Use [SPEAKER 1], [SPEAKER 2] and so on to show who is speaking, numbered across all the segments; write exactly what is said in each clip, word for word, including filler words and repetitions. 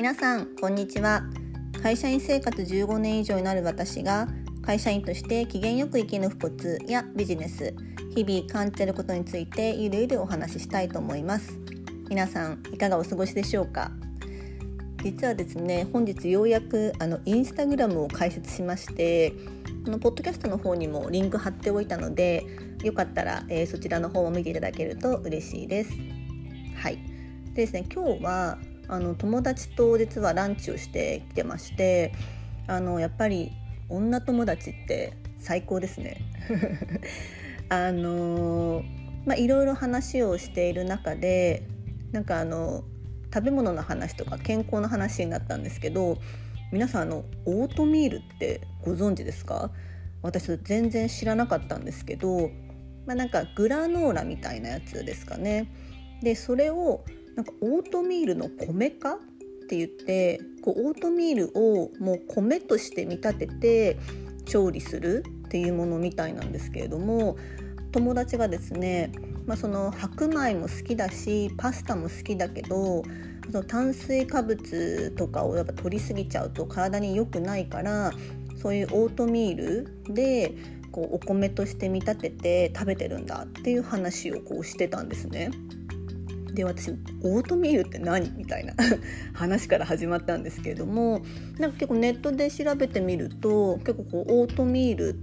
[SPEAKER 1] 皆さんこんにちは。会社員生活じゅうごねん以上になる私が会社員として機嫌よく生き抜くコツやビジネス、日々感じていることについてゆるゆるお話ししたいと思います。皆さんいかがお過ごしでしょうか。実はですね、本日ようやくあのインスタグラムを開設しまして、このポッドキャストの方にもリンク貼っておいたので、よかったら、えー、そちらの方を見ていただけると嬉しいです。はい。でですね、今日はあの友達と実はランチをしてきてまして、あのやっぱり女友達って最高ですね。あのまあいろいろ話をしている中で、なんかあの食べ物の話とか健康の話になったんですけど、皆さんあのオートミールってご存知ですか？私全然知らなかったんですけど、まあ、なんかグラノーラみたいなやつですかね。でそれをなんかオートミールの米化って言って、こうオートミールをもう米として見立てて調理するっていうものみたいなんですけれども、友達がですね、まあ、その白米も好きだしパスタも好きだけど、その炭水化物とかをやっぱ取りすぎちゃうと体に良くないから、そういうオートミールでこうお米として見立てて食べてるんだっていう話をこうしてたんですね。で私オートミールって何みたいな話から始まったんですけれども、なんか結構ネットで調べてみると、結構こうオートミールって、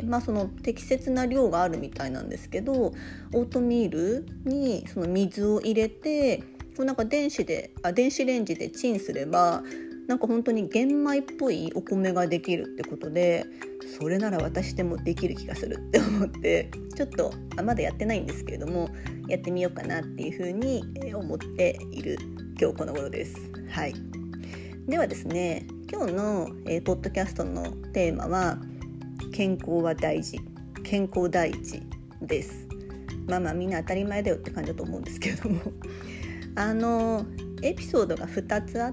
[SPEAKER 1] まあ、その適切な量があるみたいなんですけど、オートミールにその水を入れて、こうなんか電子であ電子レンジでチンすれば、なんか本当に玄米っぽいお米ができるってことで、それなら私でもできる気がするって思って、ちょっとあまだやってないんですけれども、やってみようかなっていうふうに思っている今日この頃です。はい。ではですね、今日の、えー、ポッドキャストのテーマは健康は大事、健康第一です。まあまあみんな当たり前だよって感じだと思うんですけれどもあのエピソードがふたつあって、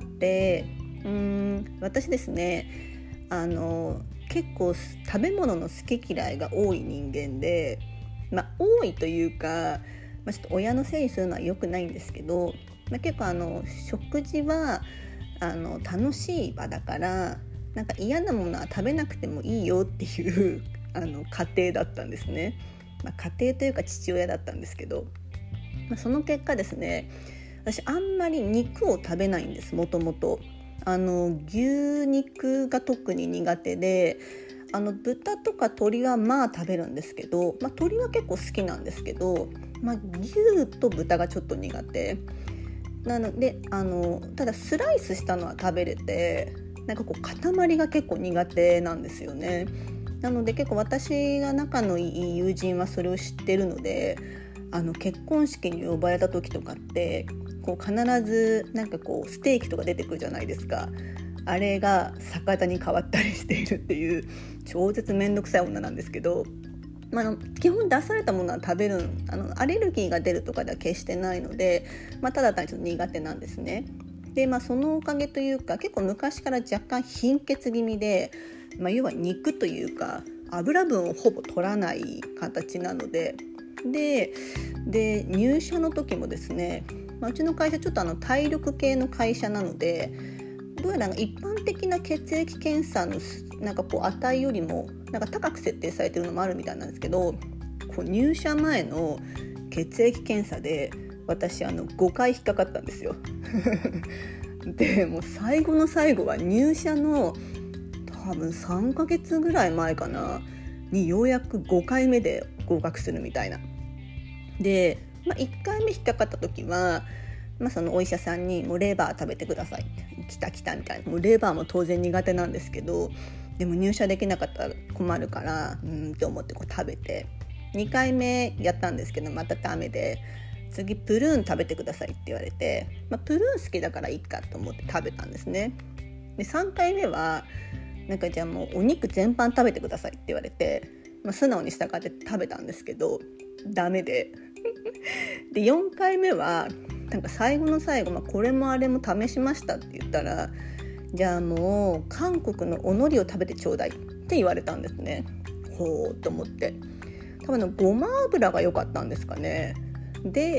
[SPEAKER 1] うーん私ですね、あの結構食べ物の好き嫌いが多い人間で、まあ多いというか、まあ、ちょっと親のせいにするのは良くないんですけど、まあ、結構あの食事はあの楽しい場だから、なんか嫌なものは食べなくてもいいよっていうあの家庭だったんですね。まあ、家庭というか父親だったんですけど、まあ、その結果ですね、私あんまり肉を食べないんです。もともとあの牛肉が特に苦手で、あの豚とか鶏はまあ食べるんですけど、まあ、鶏は結構好きなんですけど、まあ、牛と豚がちょっと苦手なので、あのただスライスしたのは食べれて、なんかこう塊が結構苦手なんですよね。なので結構私が仲のいい友人はそれを知ってるので、あの結婚式に呼ばれた時とかってこう必ずなんかこうステーキとか出てくるじゃないですか。あれが逆さに変わったりしているっていう超絶めんどくさい女なんですけど、まあ、基本出されたものは食べる、あのアレルギーが出るとかでは決してないので、まあ、ただ単にちょっと苦手なんですね。で、まあ、そのおかげというか、結構昔から若干貧血気味で、まあ、要は肉というか油分をほぼ取らない形なので、で、で入社の時もですね、まあ、うちの会社ちょっとあの体力系の会社なので、どうやら一般的な血液検査のなんかこう値よりもなんか高く設定されてるのもあるみたいなんですけど、こう入社前の血液検査で私あのごかい引っかかったんですよでもう最後の最後は入社の多分さんかげつぐらい前かなにようやくごかいめで合格するみたいな。で、まあ、いっかいめ引っかかった時は、まあ、そのお医者さんにもうレバー食べてくださいって来た来たみたいな、もうレバーも当然苦手なんですけど、でも入社できなかったら困るからうーんって思ってこう食べて、にかいめやったんですけどまたダメで、次プルーン食べてくださいって言われて、まあ、プルーン好きだからいいかと思って食べたんですね。でさんかいめはなんかじゃあもうお肉全般食べてくださいって言われて、まあ、素直に従って食べたんですけどダメででよんかいめはなんか最後の最後、まあ、これもあれも試しましたって言ったら、じゃあもう韓国のお海苔を食べてちょうだいって言われたんですね。ほうと思って、多分のごま油が良かったんですかね。で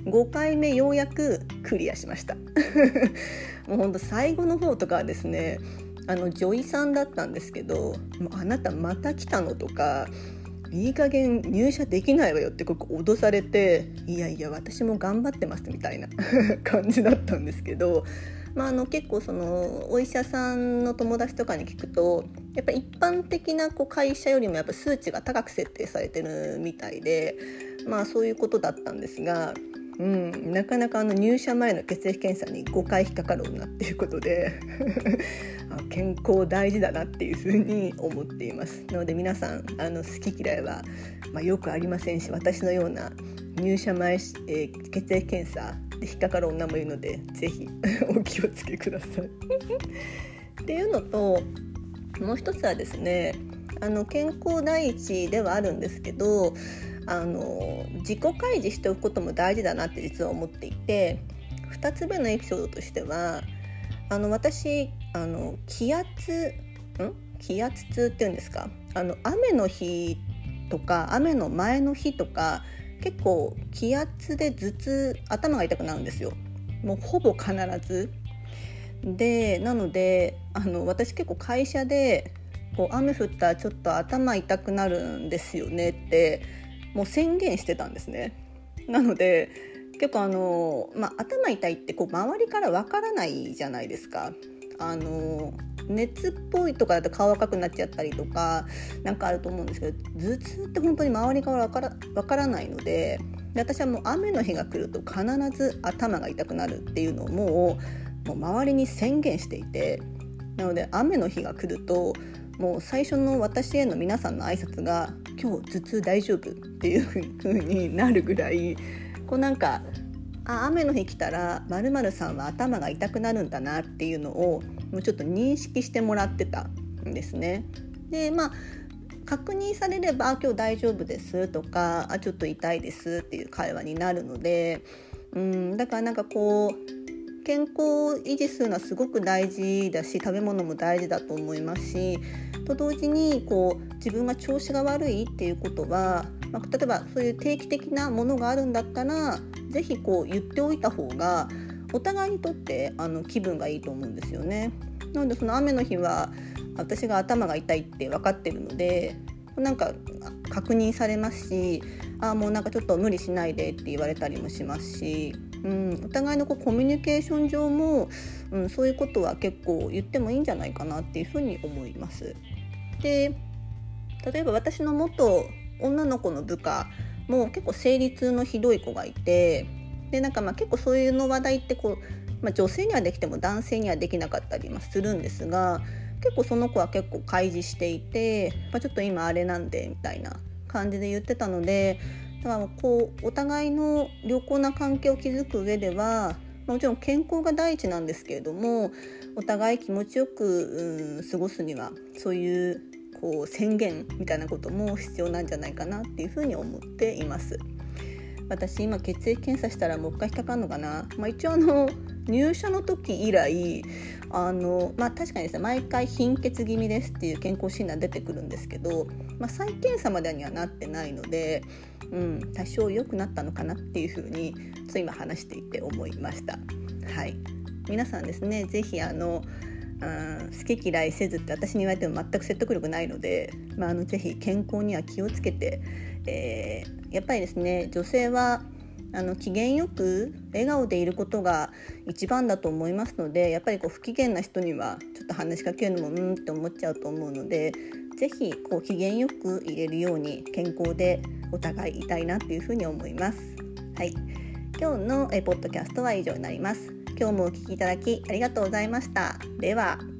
[SPEAKER 1] ごかいめようやくクリアしましたもうほんと最後の方とかはですね、あの女医さんだったんですけど、もうあなたまた来たのとか、いい加減入社できないわよってここ脅されて、いやいや私も頑張ってますみたいな感じだったんですけど、まあ、あの結構そのお医者さんの友達とかに聞くと、やっぱり一般的なこう会社よりもやっぱ数値が高く設定されてるみたいで、まあそういうことだったんですが、うん、なかなかあの入社前の血液検査にごかい引っかかる女っていうことで健康大事だなっていうふうに思っています。なので皆さんあの好き嫌いは、まあ、よくありませんし、私のような入社前、えー、血液検査で引っかかる女もいるので、ぜひお気をつけくださいっていうのと、もう一つはですね、あの健康第一ではあるんですけど、あの自己開示しておくことも大事だなって実は思っていて、ふたつめのエピソードとしては、あの私あの気圧ん気圧痛っていうんですか、あの雨の日とか雨の前の日とか結構気圧で頭痛、頭が痛くなるんですよ。もうほぼ必ずで、なのであの私結構会社でこう雨降ったらちょっと頭痛くなるんですよねってもう宣言してたんですね。なので結構あの、まあ、頭痛いってこう周りからわからないじゃないですか。あの熱っぽいとかだと顔赤くなっちゃったりとかなんかあると思うんですけど、頭痛って本当に周りからわから、わからないので、で私はもう雨の日が来ると必ず頭が痛くなるっていうのをもう、もう周りに宣言していて、なので雨の日が来るともう最初の私への皆さんの挨拶が今日頭痛大丈夫っていう風になるぐらい、こうなんかあ雨の日来たら〇〇さんは頭が痛くなるんだなっていうのをもうちょっと認識してもらってたんですね。でまあ確認されれば今日大丈夫ですとか、あちょっと痛いですっていう会話になるので、うんだからなんかこう健康を維持するのはすごく大事だし、食べ物も大事だと思いますし、と同時にこう自分が調子が悪いっていうことは、まあ、例えばそういう定期的なものがあるんだったらぜひこう言っておいた方がお互いにとってあの気分がいいと思うんですよね。なのでその雨の日は私が頭が痛いって分かってるので、なんか確認されますし、あもうなんかちょっと無理しないでって言われたりもしますし、うん、お互いのこうコミュニケーション上も、うん、そういうことは結構言ってもいいんじゃないかなっていうふうに思います。で、例えば私の元女の子の部下も結構生理痛のひどい子がいて、でなんかまあ結構そういうの話題ってこう、まあ、女性にはできても男性にはできなかったりもするんですが、結構その子は結構開示していて、まあ、ちょっと今あれなんでみたいな感じで言ってたので、だからこうお互いの良好な関係を築く上ではもちろん健康が第一なんですけれども、お互い気持ちよく、うん、過ごすにはそういうこう宣言みたいなことも必要なんじゃないかなっていうふうに思っています。私今血液検査したらもう一回引っかかるのかな、まあ、一応あの入社の時以来あの、まあ、確かにですね毎回貧血気味ですっていう健康診断出てくるんですけど、まあ、再検査までにはなってないので、うん、多少良くなったのかなっていうふうにちょっと今話していて思いました。はい、皆さんですねぜひあのうん、好き嫌いせずって私に言われても全く説得力ないので、まあ、あのぜひ健康には気をつけて、えー、やっぱりですね女性はあの機嫌よく笑顔でいることが一番だと思いますので、やっぱりこう不機嫌な人にはちょっと話しかけるのもうんって思っちゃうと思うので、ぜひこう機嫌よくいれるように健康でお互いいたいなっていうふうに思います。はい、今日のえポッドキャストは以上になります。今日もお聞きいただきありがとうございました。では。